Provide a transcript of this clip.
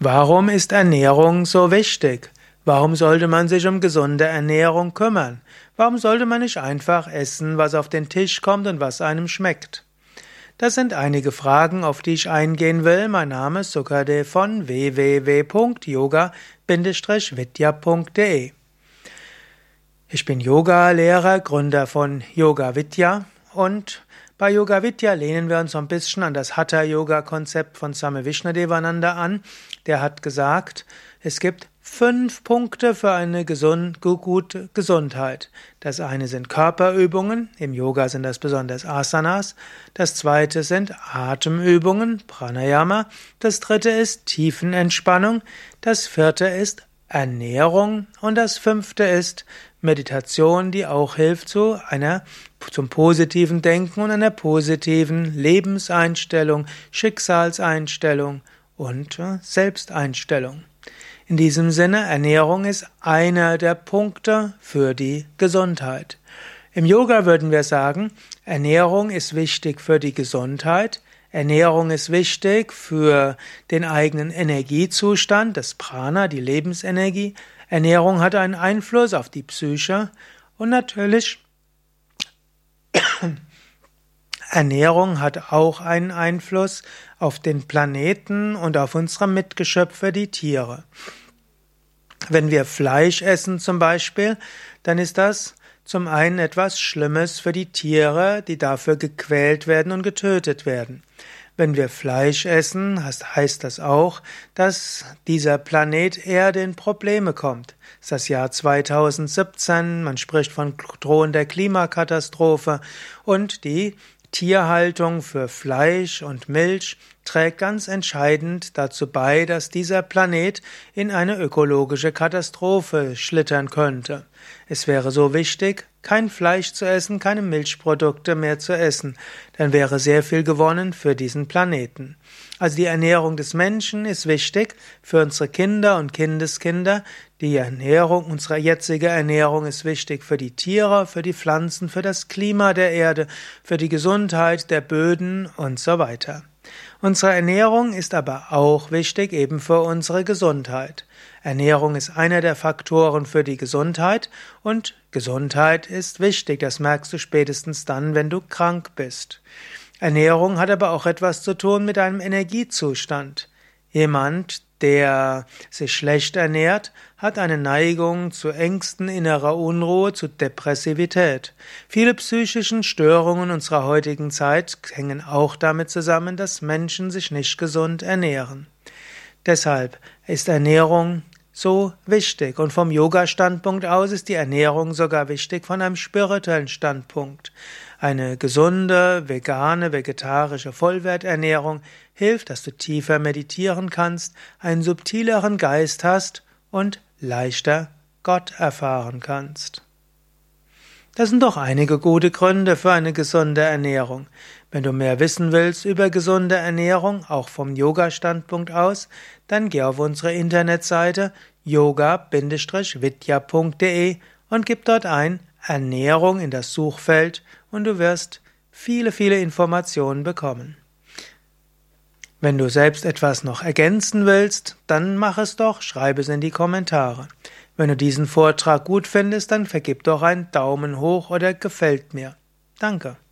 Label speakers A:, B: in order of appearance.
A: Warum ist Ernährung so wichtig? Warum sollte man sich um gesunde Ernährung kümmern? Warum sollte man nicht einfach essen, was auf den Tisch kommt und was einem schmeckt? Das sind einige Fragen, auf die ich eingehen will. Mein Name ist Sukadev von www.yoga-vidya.de. Ich bin Yoga-Lehrer, Gründer von Yoga Vidya, und bei Yoga Vidya lehnen wir uns so ein bisschen an das Hatha-Yoga-Konzept von Swami Vishnadevananda an. Der hat gesagt, es gibt 5 Punkte für eine gute Gesundheit. Das eine sind Körperübungen, im Yoga sind das besonders Asanas. Das zweite sind Atemübungen, Pranayama. Das dritte ist Tiefenentspannung. Das vierte ist Ernährung. Und das fünfte ist Meditation, die auch hilft zum positiven Denken und einer positiven Lebenseinstellung, Schicksalseinstellung und Selbsteinstellung. In diesem Sinne, Ernährung ist einer der Punkte für die Gesundheit. Im Yoga würden wir sagen, Ernährung ist wichtig für die Gesundheit, Ernährung ist wichtig für den eigenen Energiezustand, das Prana, die Lebensenergie. Ernährung hat einen Einfluss auf die Psyche und natürlich Ernährung hat auch einen Einfluss auf den Planeten und auf unsere Mitgeschöpfe, die Tiere. Wenn wir Fleisch essen zum Beispiel, dann ist das zum einen etwas Schlimmes für die Tiere, die dafür gequält werden und getötet werden. Wenn wir Fleisch essen, heißt das auch, dass dieser Planet Erde in Probleme kommt. Es ist das Jahr 2017, man spricht von drohender Klimakatastrophe und die Tierhaltung für Fleisch und Milch trägt ganz entscheidend dazu bei, dass dieser Planet in eine ökologische Katastrophe schlittern könnte. Es wäre so wichtig, kein Fleisch zu essen, keine Milchprodukte mehr zu essen. Dann wäre sehr viel gewonnen für diesen Planeten. Also die Ernährung des Menschen ist wichtig für unsere Kinder und Kindeskinder. Die Ernährung, unsere jetzige Ernährung ist wichtig für die Tiere, für die Pflanzen, für das Klima der Erde, für die Gesundheit der Böden und so weiter. Unsere Ernährung ist aber auch wichtig eben für unsere Gesundheit. Ernährung ist einer der Faktoren für die Gesundheit und Gesundheit ist wichtig. Das merkst du spätestens dann, wenn du krank bist. Ernährung hat aber auch etwas zu tun mit einem Energiezustand. Jemand, der sich schlecht ernährt, hat eine Neigung zu Ängsten, innerer Unruhe, zu Depressivität. Viele psychischen Störungen unserer heutigen Zeit hängen auch damit zusammen, dass Menschen sich nicht gesund ernähren. Deshalb ist Ernährung so wichtig, und vom Yoga-Standpunkt aus ist die Ernährung sogar wichtig von einem spirituellen Standpunkt. Eine gesunde, vegane, vegetarische Vollwerternährung hilft, dass du tiefer meditieren kannst, einen subtileren Geist hast und leichter Gott erfahren kannst. Das sind doch einige gute Gründe für eine gesunde Ernährung. Wenn du mehr wissen willst über gesunde Ernährung, auch vom Yoga-Standpunkt aus, dann geh auf unsere Internetseite yoga-vidya.de und gib dort ein Ernährung in das Suchfeld und du wirst viele, viele Informationen bekommen. Wenn du selbst etwas noch ergänzen willst, dann mach es doch, schreib es in die Kommentare. Wenn du diesen Vortrag gut findest, dann vergib doch einen Daumen hoch oder gefällt mir. Danke.